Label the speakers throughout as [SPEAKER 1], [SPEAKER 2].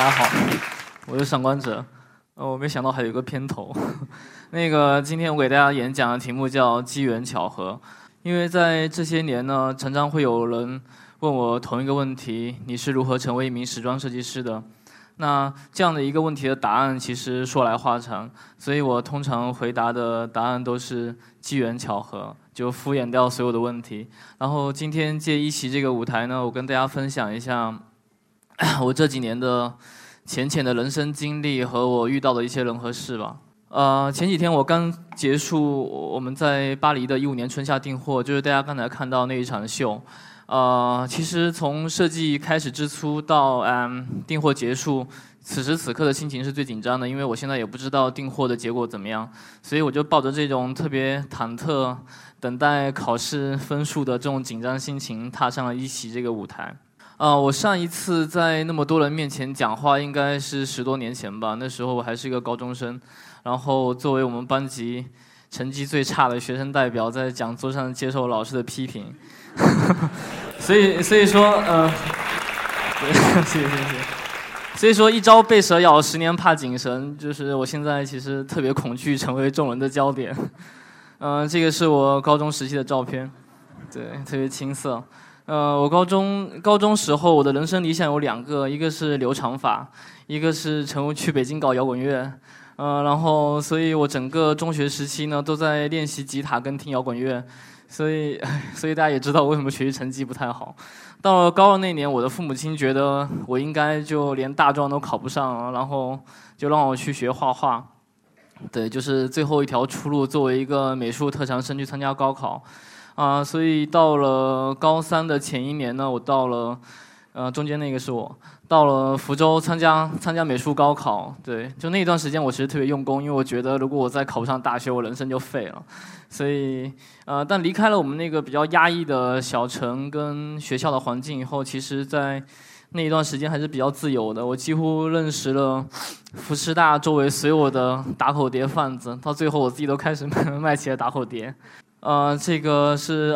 [SPEAKER 1] 家好，我是上官哲。我没想到还有一个片头。今天我给大家演讲的题目叫机缘巧合。因为在这些年呢，常常会有人问我同一个问题：你是如何成为一名时装设计师的？那这样的一个问题的答案其实说来话长，所以我通常回答的答案都是机缘巧合，就敷衍掉所有的问题。然后今天借一席这个舞台呢，我跟大家分享一下我这几年的浅浅的人生经历和我遇到的一些人和事吧。前几天我刚结束我们在巴黎的15年春夏订货，就是大家刚才看到那一场秀。其实从设计开始之初到订货结束，此时此刻的心情是最紧张的，因为我现在也不知道订货的结果怎么样，所以我就抱着这种特别忐忑、等待考试分数的这种紧张心情，踏上了一席这个舞台。我上一次在那么多人面前讲话，应该是10多年前吧。那时候我还是一个高中生，然后作为我们班级成绩最差的学生代表，在讲座上接受老师的批评。所以说，对，谢谢。所以说，一朝被蛇咬，10年怕井绳。就是我现在其实特别恐惧成为众人的焦点。这个是我高中时期的照片，对，特别青涩。我高中时候，我的人生理想有2个，一个是留长发，一个是去北京搞摇滚乐。然后，所以我整个中学时期呢，都在练习吉他跟听摇滚乐。所以大家也知道我为什么学习成绩不太好。到了高2那年，我的父母亲觉得我应该就连大专都考不上了，然后就让我去学画画。对，就是最后一条出路，作为一个美术特长生去参加高考。所以到了高3的前1年呢，我到了，中间那个是我到了福州参加美术高考。对，就那一段时间我其实特别用功，因为我觉得如果我再考不上大学，我人生就废了。所以，但离开了我们那个比较压抑的小城跟学校的环境以后，其实在那一段时间还是比较自由的。我几乎认识了福师大周围所有的打口碟贩子，到最后我自己都开始卖起了打口碟。这个是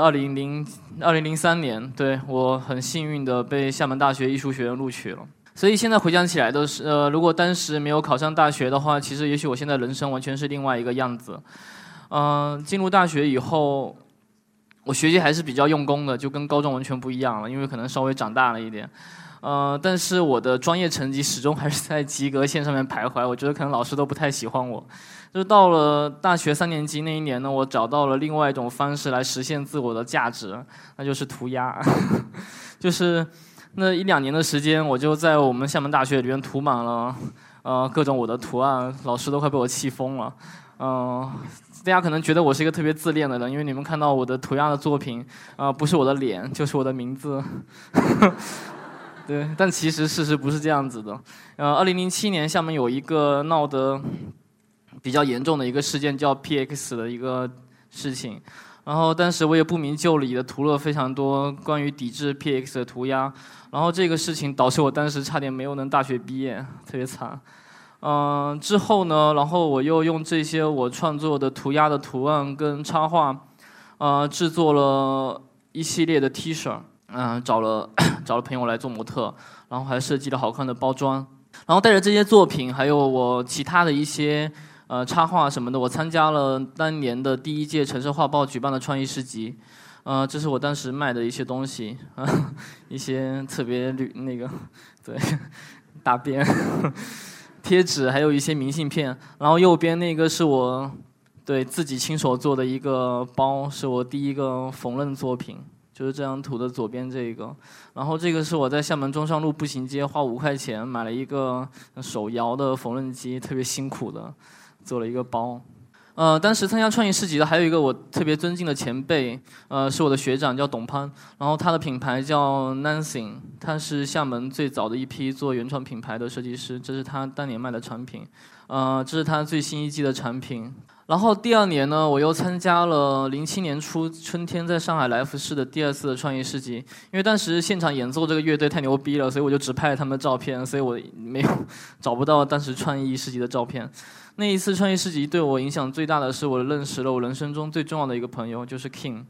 [SPEAKER 1] 2003年，对，我很幸运的被厦门大学艺术学院录取了。所以现在回想起来都是，如果当时没有考上大学的话，其实也许我现在人生完全是另外一个样子。进入大学以后，我学习还是比较用功的，就跟高中完全不一样了，因为可能稍微长大了一点。但是我的专业成绩始终还是在及格线上面徘徊，我觉得可能老师都不太喜欢我。就到了大学3年级那一年呢，我找到了另外一种方式来实现自我的价值，那就是涂鸦。就是那1-2年的时间，我就在我们厦门大学里面涂满了各种我的图案，老师都快被我气疯了。大家可能觉得我是一个特别自恋的人，因为你们看到我的涂鸦的作品，不是我的脸，就是我的名字。对，但其实事实不是这样子的。2007年厦门有一个闹得比较严重的一个事件，叫 PX 的一个事情。然后当时我也不明就里的涂了非常多关于抵制 PX 的涂鸦。然后这个事情导致我当时差点没有能大学毕业，特别惨。之后呢，然后我又用这些我创作的涂鸦的图案跟插画，制作了一系列的 T 恤。找了朋友来做模特，然后还设计了好看的包装，然后带着这些作品，还有我其他的一些插画什么的，我参加了当年的第1届城市画报举办的创意市集。这是我当时卖的一些东西，一些特别对，大便、贴纸，还有一些明信片。然后右边那个是我对自己亲手做的一个包，是我第一个缝纫作品。就是这张图的左边这个，然后这个是我在厦门中上路步行街花5块钱买了一个手摇的缝纫机，特别辛苦的做了一个包。当时参加创意市集的还有一个我特别尊敬的前辈，是我的学长叫董潘，然后他的品牌叫 Nancy， 他是厦门最早的一批做原创品牌的设计师，这是他当年卖的产品，这是他最新一季的产品。然后第2年呢，我又参加了07年初春天在上海来福士的第2次的创意市集。因为当时现场演奏这个乐队太牛逼了，所以我就只拍了他们的照片，所以我找不到当时创意市集的照片。那一次创意市集对我影响最大的是，我认识了我人生中最重要的一个朋友，就是 King。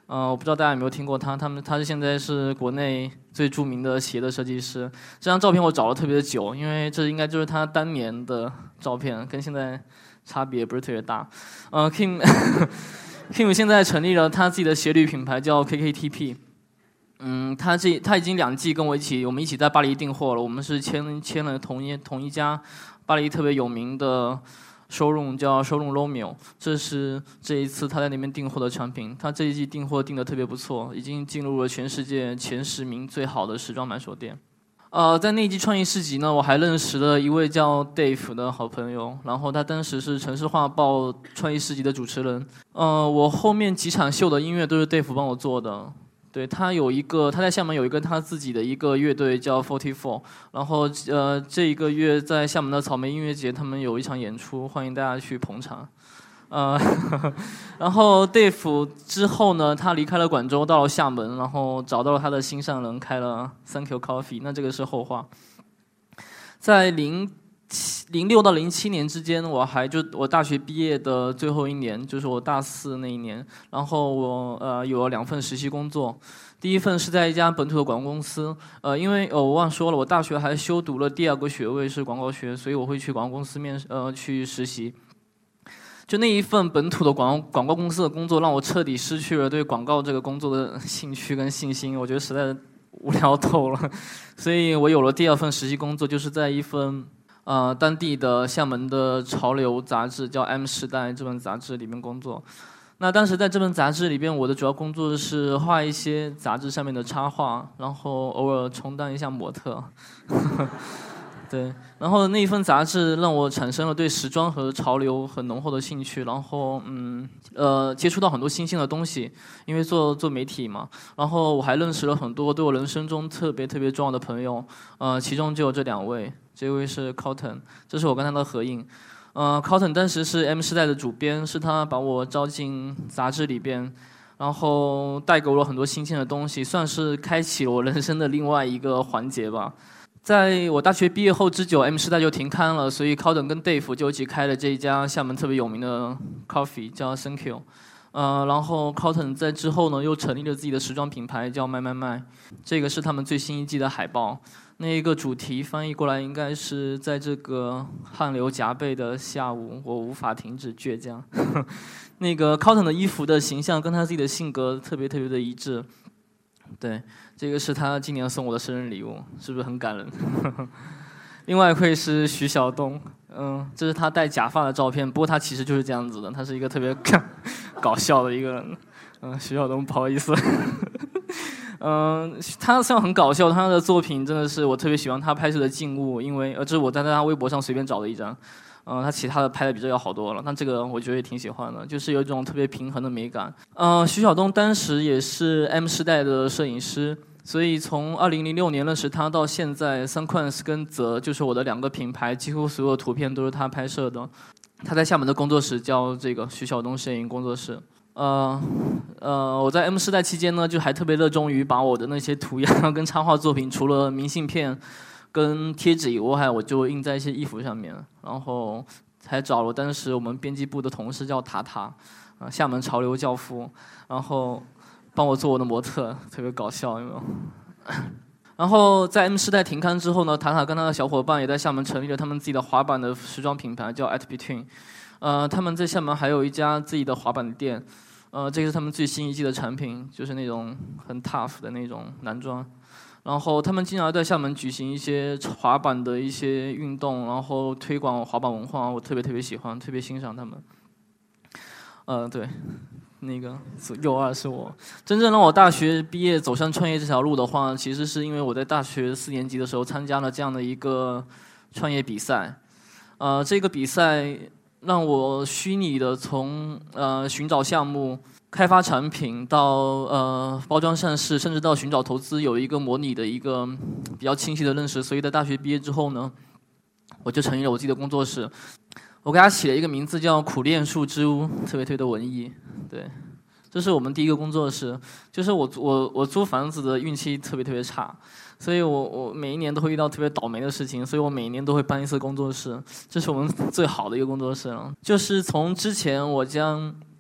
[SPEAKER 1] 我不知道大家有没有听过他，他现在是国内最著名的鞋的设计师。这张照片我找了特别久，因为这应该就是他当年的照片，跟现在差别不是特别大。Kim 现在成立了他自己的鞋履品牌叫 KKTP。他已经2季跟我们一起在巴黎订货了。我们是签了同一家巴黎特别有名的showroom叫showroom Romeo， 这是这一次他在那边订货的产品。他这一季订货订得特别不错，已经进入了全世界前10名最好的时装买手店。在那一季创意市集呢，我还认识了一位叫 Dave 的好朋友，然后他当时是城市画报创意市集的主持人。我后面几场秀的音乐都是 Dave 帮我做的。对，他在厦门有一个他自己的一个乐队叫 44， 然后这一个月在厦门的草莓音乐节，他们有一场演出，欢迎大家去捧场。然后 Dave 之后呢，他离开了广州，到了厦门，然后找到了他的心上人，开了 Thank You Coffee。那这个是后话。在06到07年之间，我大学毕业的最后一年，就是我大4那一年，然后我有了2份实习工作。第一份是在一家本土的广告公司，因为我忘说了，我大学还修读了第2个学位是广告学，所以我会去广告公司去实习。就那一份本土的广告公司的工作，让我彻底失去了对广告这个工作的兴趣跟信心，我觉得实在无聊透了。所以我有了第2份实习工作，就是在一份当地的厦门的潮流杂志叫《M 时代》这本杂志里面工作。那当时在这本杂志里边，我的主要工作是画一些杂志上面的插画，然后偶尔充当一下模特。对，然后那一份杂志让我产生了对时装和潮流很浓厚的兴趣，然后接触到很多新鲜的东西，因为做媒体嘛，然后我还认识了很多对我人生中特别重要的朋友，其中就有这2位，这位是 Cotton， 这是我跟他的合影。Cotton 当时是 M 时代的主编，是他把我招进杂志里边，然后带给我了很多新鲜的东西，算是开启了我人生的另外一个环节吧。在我大学毕业后之久 ，M 时代就停刊了，所以 Cotton 跟 Dave 就一起开了这一家厦门特别有名的 coffee 叫 Thank You。然后 Cotton 在之后呢又成立了自己的时装品牌叫卖，这个是他们最新一季的海报。那一个主题翻译过来应该是在这个汗流浃背的下午，我无法停止倔强。那个 Cotton 的衣服的形象跟他自己的性格特别的一致。对，这个是他今年送我的生日礼物，是不是很感人？另外一位是徐晓东，这是他戴假发的照片，不过他其实就是这样子的，他是一个特别搞笑的一个人。徐晓东，不好意思。他虽然很搞笑，他的作品真的是我特别喜欢他拍摄的静物，因为这是我在他微博上随便找的一张。他其他的拍的比这要好多了，那这个我觉得也挺喜欢的，就是有一种特别平衡的美感。徐晓东当时也是 M 时代的摄影师，所以从2006年认识他到现在，Sunquance 跟泽就是我的2个品牌，几乎所有图片都是他拍摄的。他在厦门的工作室叫这个徐晓东摄影工作室。我在 M 时代期间呢，就还特别热衷于把我的那些涂鸦跟插画作品，除了明信片跟贴纸以外，我就印在一些衣服上面，然后还找了当时我们编辑部的同事叫塔塔，厦门潮流教父，然后帮我做我的模特，特别搞笑，有没有？然后在 M 时代停刊之后呢，塔塔跟他的小伙伴也在厦门成立了他们自己的滑板的时装品牌，叫 At Between。他们在厦门还有一家自己的滑板店，这个是他们最新一季的产品，就是那种很 tough 的那种男装。然后他们经常在厦门举行一些滑板的一些运动，然后推广滑板文化，我特别喜欢，特别欣赏他们。对，那个右2是我。真正让我大学毕业走上创业这条路的话，其实是因为我在大学4年级的时候参加了这样的一个创业比赛。这个比赛让我虚拟的从寻找项目、开发产品到包装上市，甚至到寻找投资，有一个模拟的一个比较清晰的认识。所以在大学毕业之后呢，我就成立了我自己的工作室。我给它起了一个名字叫苦练树之屋，特别的文艺。对，这是我们第一个工作室。就是我租房子的运气特别差，所以我每一年都会遇到特别倒霉的事情，所以我每一年都会搬一次工作室。这是我们最好的一个工作室了。就是从之前我将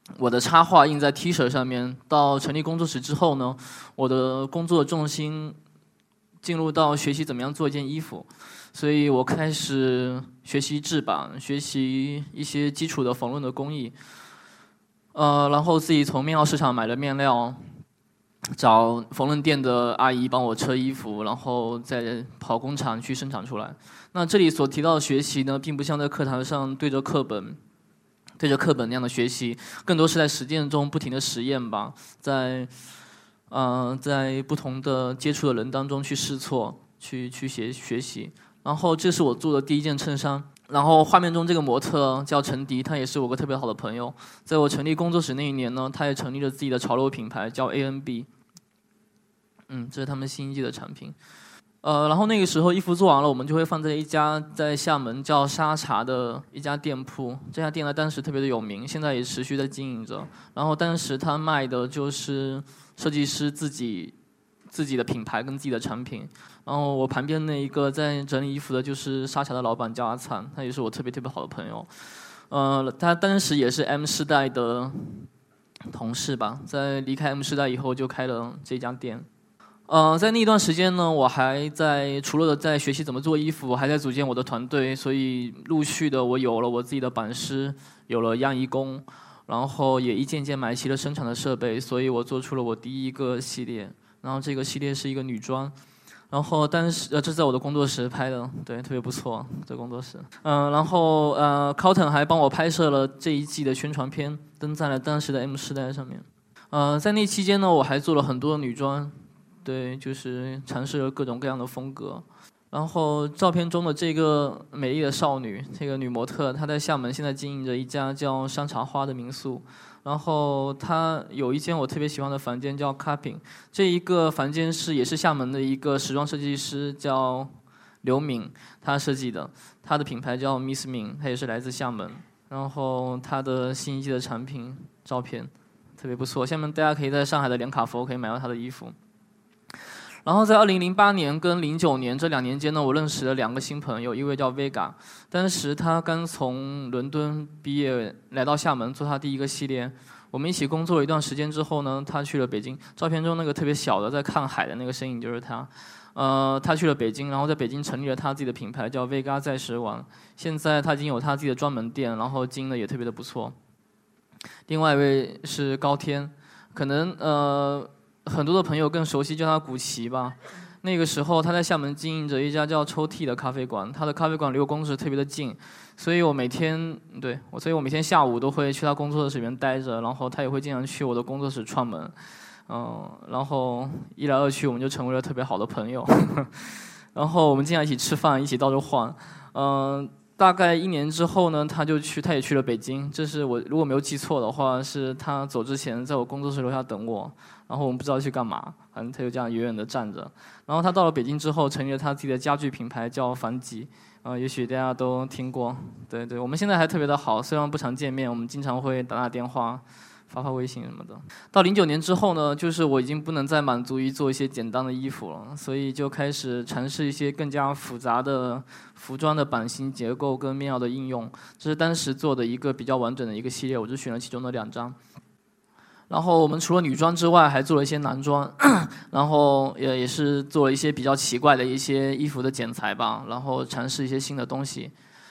[SPEAKER 1] 我的插画印在 T 恤上面。到成立工作室之后呢，我的工作重心进入到学习怎么样做一件衣服，所以我开始学习制版，学习一些基础的缝纫的工艺，然后自己从面料市场买了面料，找缝纫店的阿姨帮我车衣服，然后再跑工厂去生产出来。那这里所提到的学习呢，并不像在课堂上对着课本那样的学习，更多是在实践中不停的实验吧，在不同的接触的人当中去试错，去学习。然后这是我做的第一件衬衫。然后画面中这个模特叫陈迪，他也是我个特别好的朋友。在我成立工作室那一年呢，他也成立了自己的潮流品牌，叫 ANB。这是他们新一季的产品。然后那个时候衣服做完了，我们就会放在一家在厦门叫沙茶的一家店铺。这家店呢，当时特别的有名，现在也持续在经营着。然后当时他卖的就是设计师自己的品牌跟自己的产品。然后我旁边那一个在整理衣服的，就是沙茶的老板叫阿灿，他也是我特别特别好的朋友。他当时也是 M 世代的同事吧，在离开 M 世代以后就开了这家店。在那一段时间呢，我还除了在学习怎么做衣服，我还在组建我的团队，所以陆续的我有了我自己的版师，有了样衣工，然后也一件件买齐了生产的设备，所以我做出了我第一个系列。然后这个系列是一个女装，然后这是在我的工作室拍的，对，特别不错，这工作室。然后Cotton 还帮我拍摄了这一季的宣传片，登在了当时的 M 世代上面。在那期间呢，我还做了很多的女装。对，就是尝试了各种各样的风格。然后照片中的这个美丽的少女，这个女模特，她在厦门现在经营着一家叫山茶花的民宿。然后她有一间我特别喜欢的房间叫 Cupping， 这一个房间也是厦门的一个时装设计师叫刘敏她设计的，她的品牌叫 Miss 敏，她也是来自厦门。然后她的新一季的产品照片特别不错，下面大家可以在上海的连卡佛可以买到她的衣服。然后在2008年跟09年这2年间呢，我认识了2个新朋友，一位叫 Vega， 当时他刚从伦敦毕业，来到厦门做他第一个系列。我们一起工作了一段时间之后呢，他去了北京。照片中那个特别小的在看海的那个身影就是他。他去了北京，然后在北京成立了他自己的品牌叫 Vega 在时网。现在他已经有他自己的专门店，然后经营的也特别的不错。另外一位是高天，可能很多的朋友更熟悉叫他古奇吧。那个时候他在厦门经营着一家叫抽屉的咖啡馆，他的咖啡馆离我工作室特别的近，所以我每天下午都会去他工作室里面待着，然后他也会经常去我的工作室串门，然后一来二去我们就成为了特别好的朋友，然后我们经常一起吃饭，一起到处晃，大概1年之后呢，他也去了北京。这是我如果没有记错的话，是他走之前在我工作室楼下等我。然后我们不知道去干嘛，反正他就这样远远的站着。然后他到了北京之后，成立了他自己的家具品牌叫凡吉，也许大家都听过。对对，我们现在还特别的好，虽然不常见面，我们经常会打电话、发微信什么的。到09年之后呢，就是我已经不能再满足于做一些简单的衣服了，所以就开始尝试一些更加复杂的服装的版型结构跟面料的应用。这是当时做的一个比较完整的一个系列，我就选了其中的2张。然后我们除了女装之外，还做了一些男装，然后也是做了一些比较奇怪的一些衣服的剪裁吧，然后尝试一些新的东西，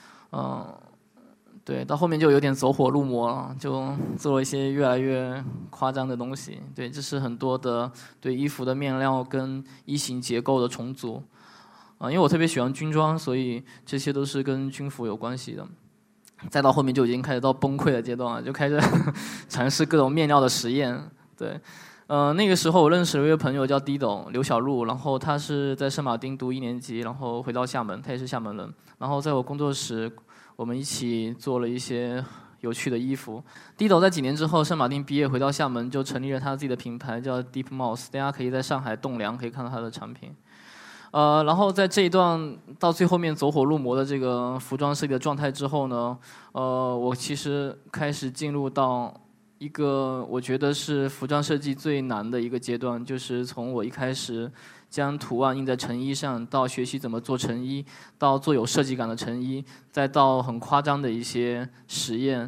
[SPEAKER 1] 对，到后面就有点走火入魔了，就做了一些越来越夸张的东西。对，这是很多的对衣服的面料跟衣型结构的重组，因为我特别喜欢军装，所以这些都是跟军服有关系的。再到后面就已经开始到崩溃的阶段了，就开始尝试各种面料的实验。对，那个时候我认识了一位朋友叫 Dido 刘小璐，然后他是在圣马丁读1年级，然后回到厦门，他也是厦门人。然后在我工作室，我们一起做了一些有趣的衣服。Dido 在几年之后圣马丁毕业回到厦门，就成立了他自己的品牌叫 Deep Mouse， 大家可以在上海栋梁可以看到他的产品。然后在这一段到最后面走火入魔的这个服装设计的状态之后呢，我其实开始进入到一个我觉得是服装设计最难的一个阶段，就是从我一开始将图案印在成衣上，到学习怎么做成衣，到做有设计感的成衣，再到很夸张的一些实验。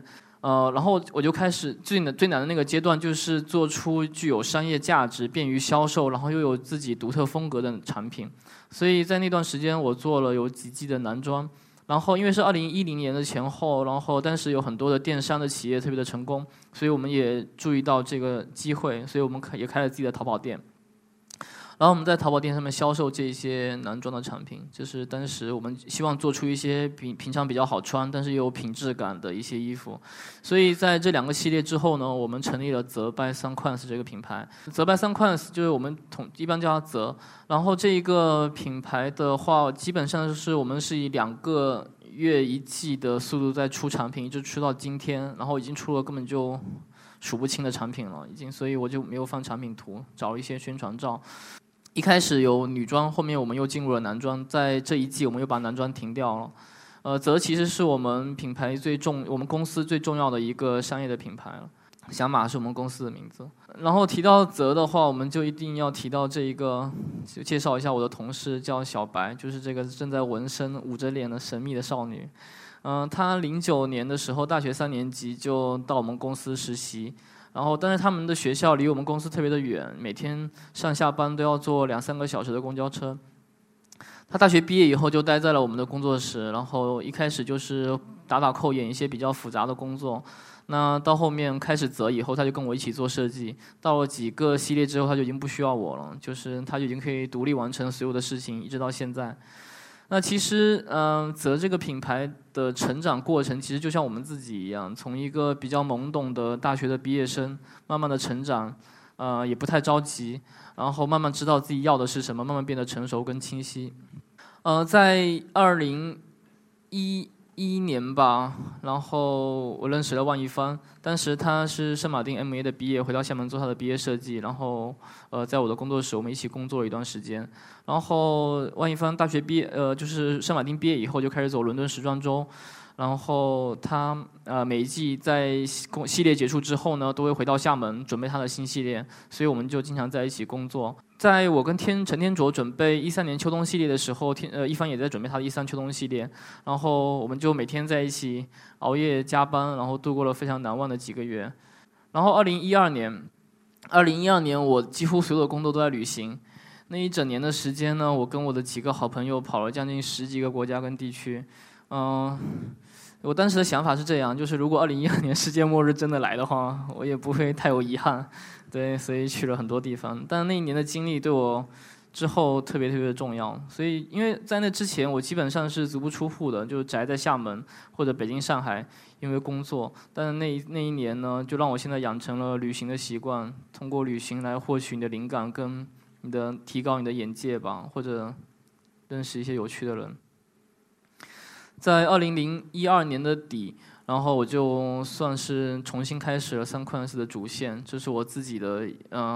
[SPEAKER 1] 然后我就开始最难的那个阶段，就是做出具有商业价值、便于销售，然后又有自己独特风格的产品。所以在那段时间，我做了有几季的男装。然后因为是2010年的前后，然后当时有很多的电商的企业特别的成功，所以我们也注意到这个机会，所以我们也开了自己的淘宝店。然后我们在淘宝店上面销售这些男装的产品，就是当时我们希望做出一些平常比较好穿，但是又有品质感的一些衣服。所以在这2个系列之后呢，我们成立了泽拜3Quans这个品牌。泽拜3Quans就是我们一般叫它泽。然后这一个品牌的话，基本上是我们是以2个月1季的速度在出产品，一直出到今天，然后已经出了根本就数不清的产品了，已经，所以我就没有放产品图，找了一些宣传照。一开始有女装，后面我们又进入了男装，在这一季我们又把男装停掉了。泽其实是我们品牌我们公司最重要的一个商业的品牌了。响马是我们公司的名字。然后提到泽的话，我们就一定要提到这一个，就介绍一下我的同事叫小白，就是这个正在纹身、捂着脸的神秘的少女。她09年的时候，大学3年级就到我们公司实习。然后，但是他们的学校离我们公司特别的远，每天上下班都要坐2-3个小时的公交车。他大学毕业以后就待在了我们的工作室，然后一开始就是打扣演一些比较复杂的工作。那到后面开始泽以后，他就跟我一起做设计。到了几个系列之后，他就已经不需要我了，就是他就已经可以独立完成所有的事情，一直到现在。那其实，泽这个品牌的成长过程，其实就像我们自己一样，从一个比较懵懂的大学的毕业生，慢慢的成长，也不太着急，然后慢慢知道自己要的是什么，慢慢变得成熟跟清晰。在2011年吧，然后我认识了万一帆，当时他是圣马丁 MA 的毕业，回到厦门做他的毕业设计，然后在我的工作室我们一起工作了一段时间。然后万一帆大学毕业，就是圣马丁毕业以后就开始走伦敦时装周，然后他每一季在系列结束之后呢，都会回到厦门准备他的新系列，所以我们就经常在一起工作。在我跟陈天卓准备13年秋冬系列的时候，一帆也在准备他的13秋冬系列，然后我们就每天在一起熬夜加班，然后度过了非常难忘的几个月。然后2012年我几乎所有的工作都在旅行，那一整年的时间呢，我跟我的几个好朋友跑了将近10几个国家跟地区。我当时的想法是这样，就是如果2012年世界末日真的来的话，我也不会太有遗憾。对，所以去了很多地方，但那一年的经历对我之后特别的重要。所以因为在那之前，我基本上是足不出户的，就宅在厦门或者北京、上海，因为工作。但是那一年呢，就让我现在养成了旅行的习惯，通过旅行来获取你的灵感，跟提高你的眼界吧，或者认识一些有趣的人。在2012年的底，然后我就算是重新开始了3Quans的主线，这是我自己的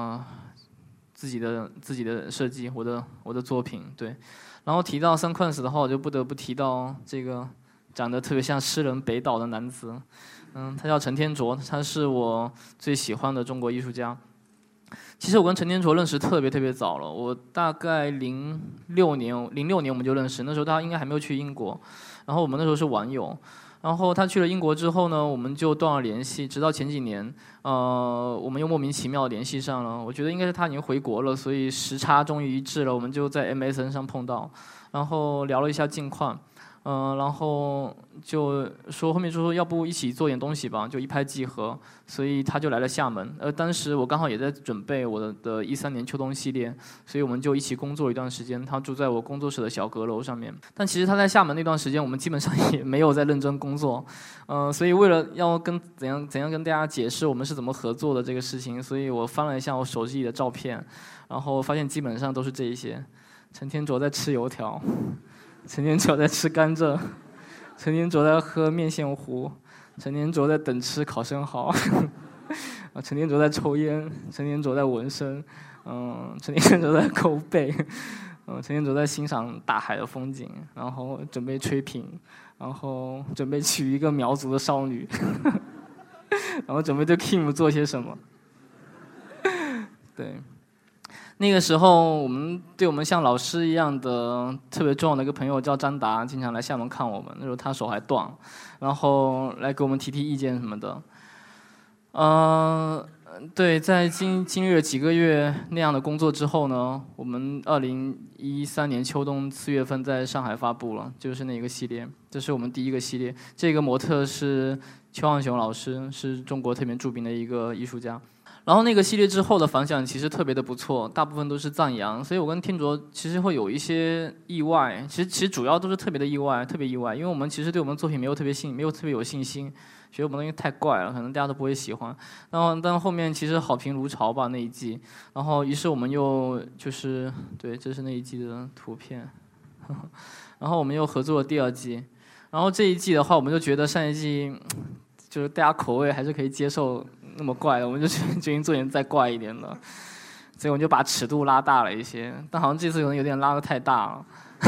[SPEAKER 1] 设计，我的作品。对，然后提到3Quans的话，我就不得不提到这个长得特别像诗人北岛的男子，他叫陈天卓，他是我最喜欢的中国艺术家。其实我跟陈天卓认识特别早了，我大概06年我们就认识，那时候他应该还没有去英国，然后我们那时候是网友。然后他去了英国之后呢，我们就断了联系，直到前几年，我们又莫名其妙联系上了。我觉得应该是他已经回国了，所以时差终于一致了，我们就在 MSN 上碰到，然后聊了一下近况。然后后面就说要不一起做点东西吧，就一拍即合，所以他就来了厦门。当时我刚好也在准备我的13年秋冬系列，所以我们就一起工作了一段时间。他住在我工作室的小阁楼上面，但其实他在厦门那段时间，我们基本上也没有在认真工作。所以为了要怎样跟大家解释我们是怎么合作的这个事情，所以我翻了一下我手机里的照片，然后发现基本上都是这一些：陈天卓在吃油条。陈天卓在吃甘蔗，陈天卓在喝面线糊，陈天卓在等吃烤生蚝，陈天卓在抽烟，陈天卓在纹身，陈天卓在抠背，陈天卓在欣赏大海的风景，然后准备吹瓶，然后准备娶一个苗族的少女，然后准备对 Kim 做些什么。对。 那个时候，我们像老师一样的特别重要的一个朋友叫张达，经常来厦门看我们。那时候他手还断，然后来给我们提意见什么的。对，在经历了几个月那样的工作之后呢，我们2013年秋冬4月份在上海发布了，就是那个系列，这是我们第一个系列。这个模特是邱望雄老师，是中国特别著名的一个艺术家。然后那个系列之后的反响其实特别的不错，大部分都是赞扬，所以我跟天卓其实会有一些意外，其实主要都是特别意外，因为我们其实对我们作品没有特别有信心，觉得我们东西太怪了，可能大家都不会喜欢。但后面其实好评如潮吧那一季，然后于是我们又就是对，这是那一季的图片，然后我们又合作了第2季，然后这一季的话，我们就觉得上一季就是大家口味还是可以接受。那么怪，我们就决定做点再怪一点的，所以我们就把尺度拉大了一些，但好像这次可能有点拉得太大了，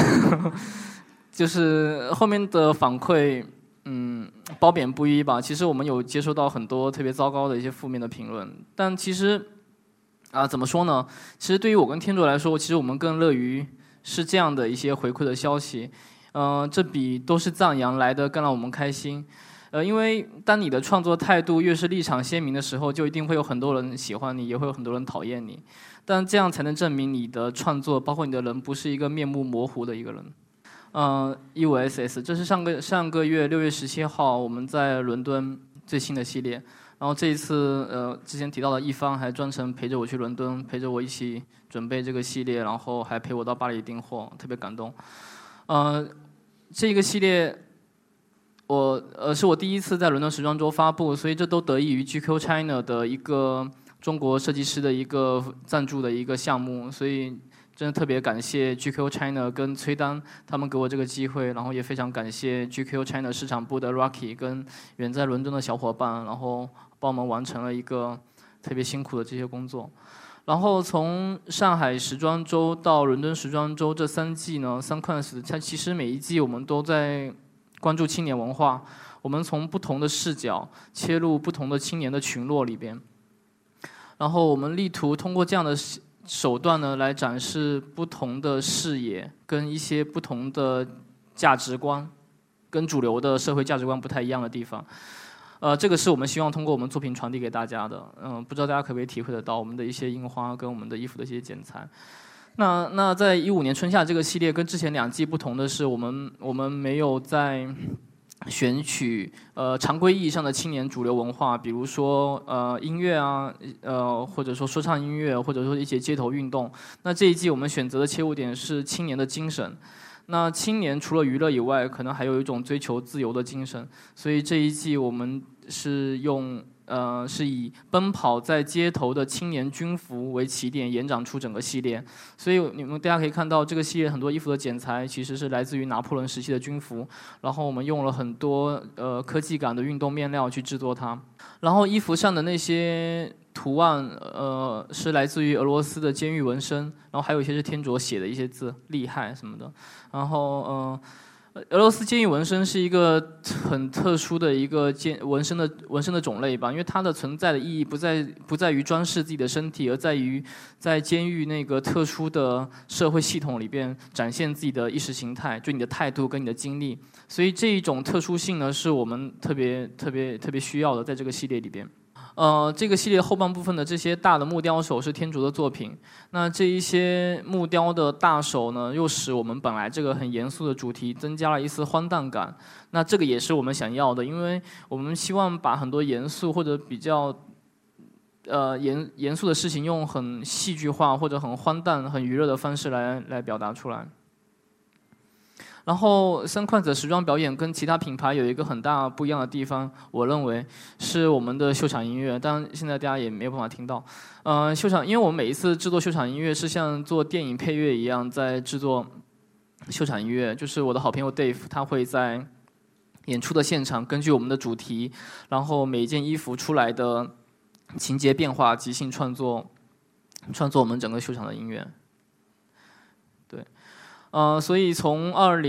[SPEAKER 1] 就是后面的反馈，褒贬不一吧。其实我们有接收到很多特别糟糕的一些负面的评论，但其实怎么说呢？其实对于我跟天卓来说，其实我们更乐于是这样的一些回馈的消息，这比都是赞扬来的更让我们开心。因为当你的创作态度越是立场鲜明的时候，就一定会有很多人喜欢你，也会有很多人讨厌你。但这样才能证明你的创作，包括你的人，不是一个面目模糊的一个人。15SS， 这是上个月6月17号我们在伦敦最新的系列。然后这一次，之前提到的一方还专程陪着我去伦敦，陪着我一起准备这个系列，然后还陪我到巴黎订货，特别感动。这个系列。是我第一次在伦敦时装周发布，所以这都得益于 GQ China 的一个中国设计师的一个赞助的一个项目，所以真的特别感谢 GQ China 跟崔丹他们给我这个机会，然后也非常感谢 GQ China 市场部的 Rocky 跟远在伦敦的小伙伴，然后帮我们完成了一个特别辛苦的这些工作。然后从上海时装周到伦敦时装周这3季呢，Sunquance它其实每一季我们都在关注青年文化，我们从不同的视角切入不同的青年的群落里边，然后我们力图通过这样的手段呢，来展示不同的视野跟一些不同的价值观，跟主流的社会价值观不太一样的地方。这个是我们希望通过我们作品传递给大家的。不知道大家可不可以体会得到我们的一些印花跟我们的衣服的一些剪裁。那在15年春夏这个系列跟之前2季不同的是，我们没有在选取常规意义上的青年主流文化，比如说音乐啊，或者说说唱音乐，或者说一些街头运动。那这一季我们选择的切入点是青年的精神。那青年除了娱乐以外，可能还有一种追求自由的精神，所以这一季我们是以奔跑在街头的青年军服为起点，延展出整个系列。所以大家可以看到，这个系列很多衣服的剪裁其实是来自于拿破仑时期的军服，然后我们用了很多科技感的运动面料去制作它。然后衣服上的那些图案，是来自于俄罗斯的监狱纹身，然后还有一些是天卓写的一些字，厉害什么的。然后俄罗斯监狱纹身是一个很特殊的一个纹身的种类吧，因为它的存在的意义不在于装饰自己的身体，而在于在监狱那个特殊的社会系统里边展现自己的意识形态，就你的态度跟你的经历。所以这一种特殊性呢，是我们特别需要的，在这个系列里边。这个系列后半部分的这些大的木雕手是天竺的作品，那这一些木雕的大手呢，又使我们本来这个很严肃的主题增加了一丝荒诞感。那这个也是我们想要的，因为我们希望把很多严肃或者比较严肃的事情，用很戏剧化或者很荒诞、很娱乐的方式来表达出来。然后Sunquance时装表演跟其他品牌有一个很大不一样的地方，我认为是我们的秀场音乐，当然现在大家也没有办法听到。秀场，因为我们每一次制作秀场音乐是像做电影配乐一样在制作秀场音乐，就是我的好朋友 Dave 他会在演出的现场根据我们的主题，然后每一件衣服出来的情节变化即兴创作我们整个秀场的音乐。对。所以从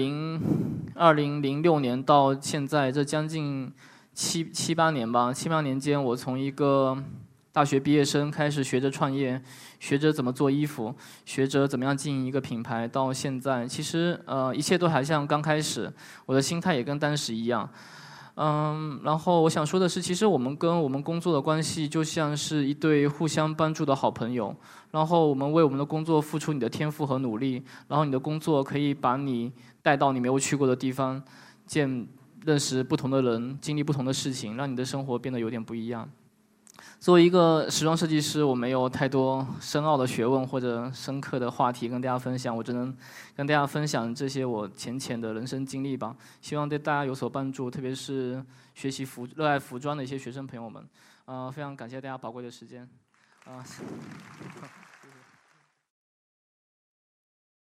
[SPEAKER 1] 2006年到现在，这将近7-8年吧，7-8年间，我从一个大学毕业生开始学着创业，学着怎么做衣服，学着怎么样经营一个品牌，到现在，其实一切都还像刚开始，我的心态也跟当时一样。然后我想说的是，其实我们跟我们工作的关系就像是一对互相帮助的好朋友。然后我们为我们的工作付出你的天赋和努力，然后你的工作可以把你带到你没有去过的地方，认识不同的人，经历不同的事情，让你的生活变得有点不一样。作为一个时装设计师，我没有太多深奥的学问或者深刻的话题跟大家分享，我只能跟大家分享这些我浅的人生经历吧。希望对大家有所帮助，特别是学习热爱服装的一些学生朋友们。非常感谢大家宝贵的时间。